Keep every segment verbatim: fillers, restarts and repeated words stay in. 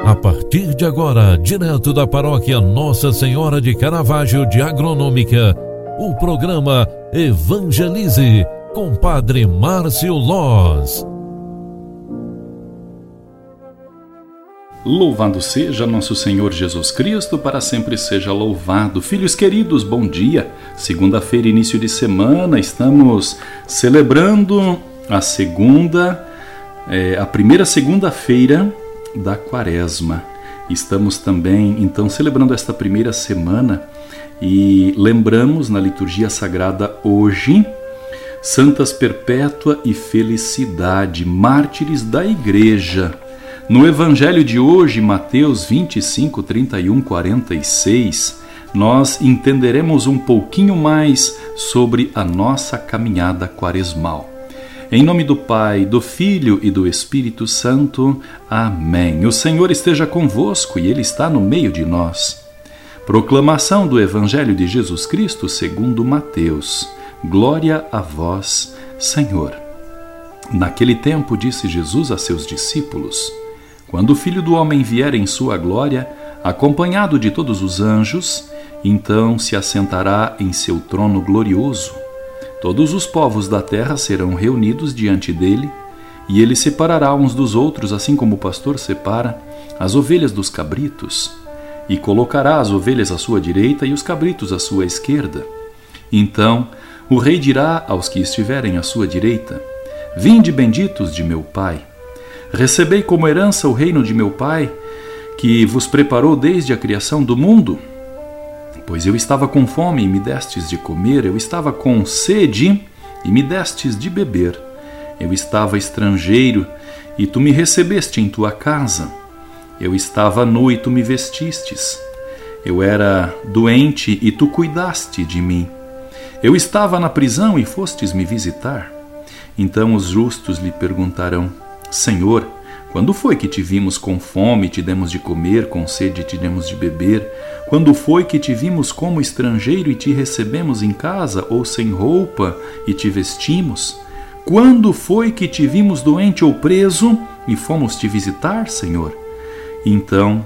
A partir de agora, direto da paróquia Nossa Senhora de Caravaggio de Agronômica, o programa Evangelize com Padre Márcio Loz. Louvado seja nosso Senhor Jesus Cristo, para sempre seja louvado. Filhos queridos, bom dia. Segunda-feira, início de semana, estamos celebrando a segunda, é, a primeira segunda-feira da Quaresma. Estamos também, então, celebrando esta primeira semana e lembramos na liturgia sagrada hoje Santas Perpétua e Felicidade, mártires da Igreja. No Evangelho de hoje, Mateus vinte e cinco, trinta e um, quarenta e seis, nós entenderemos um pouquinho mais sobre a nossa caminhada quaresmal. Em nome do Pai, do Filho e do Espírito Santo. Amém. O Senhor esteja convosco e Ele está no meio de nós. Proclamação do Evangelho de Jesus Cristo segundo Mateus. Glória a vós, Senhor. Naquele tempo disse Jesus a seus discípulos: quando o Filho do Homem vier em sua glória, acompanhado de todos os anjos, então se assentará em seu trono glorioso. Todos os povos da terra serão reunidos diante dele, e ele separará uns dos outros, assim como o pastor separa as ovelhas dos cabritos, e colocará as ovelhas à sua direita e os cabritos à sua esquerda. Então o rei dirá aos que estiverem à sua direita: vinde, benditos de meu Pai, recebei como herança o reino de meu Pai, que vos preparou desde a criação do mundo. Pois eu estava com fome e me destes de comer, eu estava com sede e me destes de beber. Eu estava estrangeiro e tu me recebeste em tua casa. Eu estava nu e tu me vestistes. Eu era doente e tu cuidaste de mim. Eu estava na prisão e fostes me visitar. Então os justos lhe perguntarão: Senhor, quando foi que te vimos com fome e te demos de comer, com sede e te demos de beber? Quando foi que te vimos como estrangeiro e te recebemos em casa, ou sem roupa e te vestimos? Quando foi que te vimos doente ou preso e fomos te visitar, Senhor? Então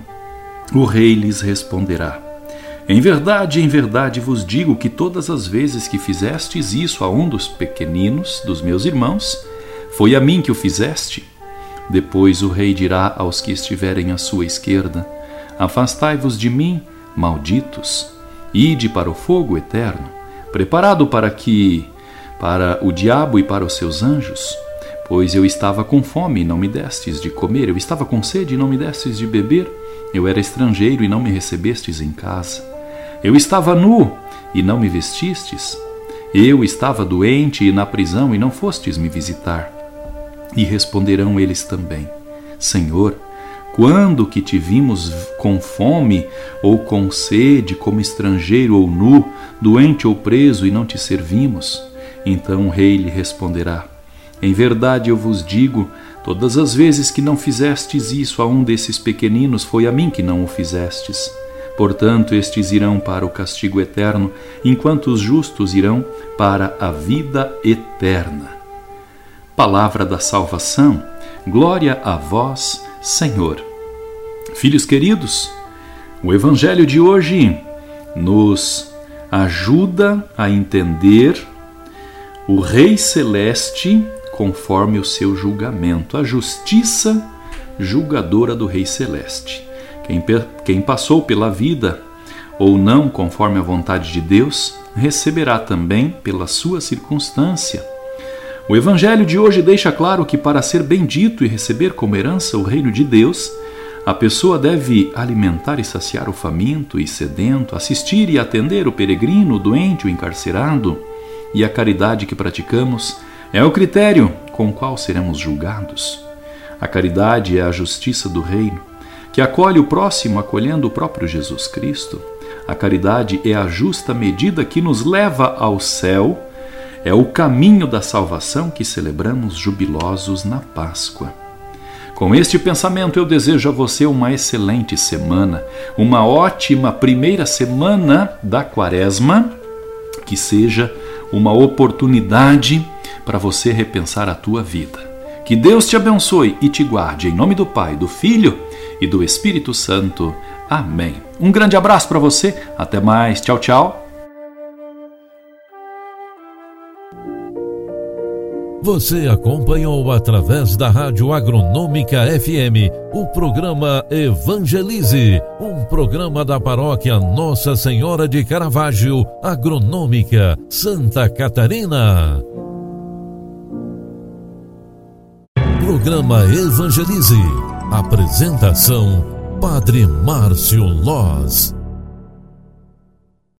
o rei lhes responderá: em verdade, em verdade vos digo que todas as vezes que fizestes isso a um dos pequeninos, dos meus irmãos, foi a mim que o fizeste. Depois o rei dirá aos que estiverem à sua esquerda: afastai-vos de mim, malditos, ide para o fogo eterno, preparado para que, para o diabo e para os seus anjos. Pois eu estava com fome e não me destes de comer, eu estava com sede e não me destes de beber, eu era estrangeiro e não me recebestes em casa, eu estava nu e não me vestistes, eu estava doente e na prisão e não fostes me visitar. E responderão eles também: Senhor, quando que te vimos com fome ou com sede, como estrangeiro ou nu, doente ou preso, e não te servimos? Então o rei lhe responderá: em verdade eu vos digo, todas as vezes que não fizestes isso a um desses pequeninos, foi a mim que não o fizestes. Portanto, estes irão para o castigo eterno, enquanto os justos irão para a vida eterna. Palavra da salvação, glória a vós, Senhor. Filhos queridos, o Evangelho de hoje nos ajuda a entender o Rei Celeste conforme o seu julgamento, a justiça julgadora do Rei Celeste. Quem, quem passou pela vida ou não conforme a vontade de Deus, receberá também pela sua circunstância. O Evangelho de hoje deixa claro que para ser bendito e receber como herança o reino de Deus, a pessoa deve alimentar e saciar o faminto e sedento, assistir e atender o peregrino, o doente, o encarcerado, e a caridade que praticamos é o critério com o qual seremos julgados. A caridade é a justiça do reino, que acolhe o próximo acolhendo o próprio Jesus Cristo. A caridade é a justa medida que nos leva ao céu, é o caminho da salvação que celebramos jubilosos na Páscoa. Com este pensamento eu desejo a você uma excelente semana, uma ótima primeira semana da Quaresma, que seja uma oportunidade para você repensar a tua vida. Que Deus te abençoe e te guarde, em nome do Pai, do Filho e do Espírito Santo. Amém. Um grande abraço para você, até mais, tchau, tchau. Você acompanhou através da Rádio Agronômica F M o programa Evangelize, um programa da paróquia Nossa Senhora de Caravaggio, Agronômica, Santa Catarina. Programa Evangelize. Apresentação: Padre Márcio Loz.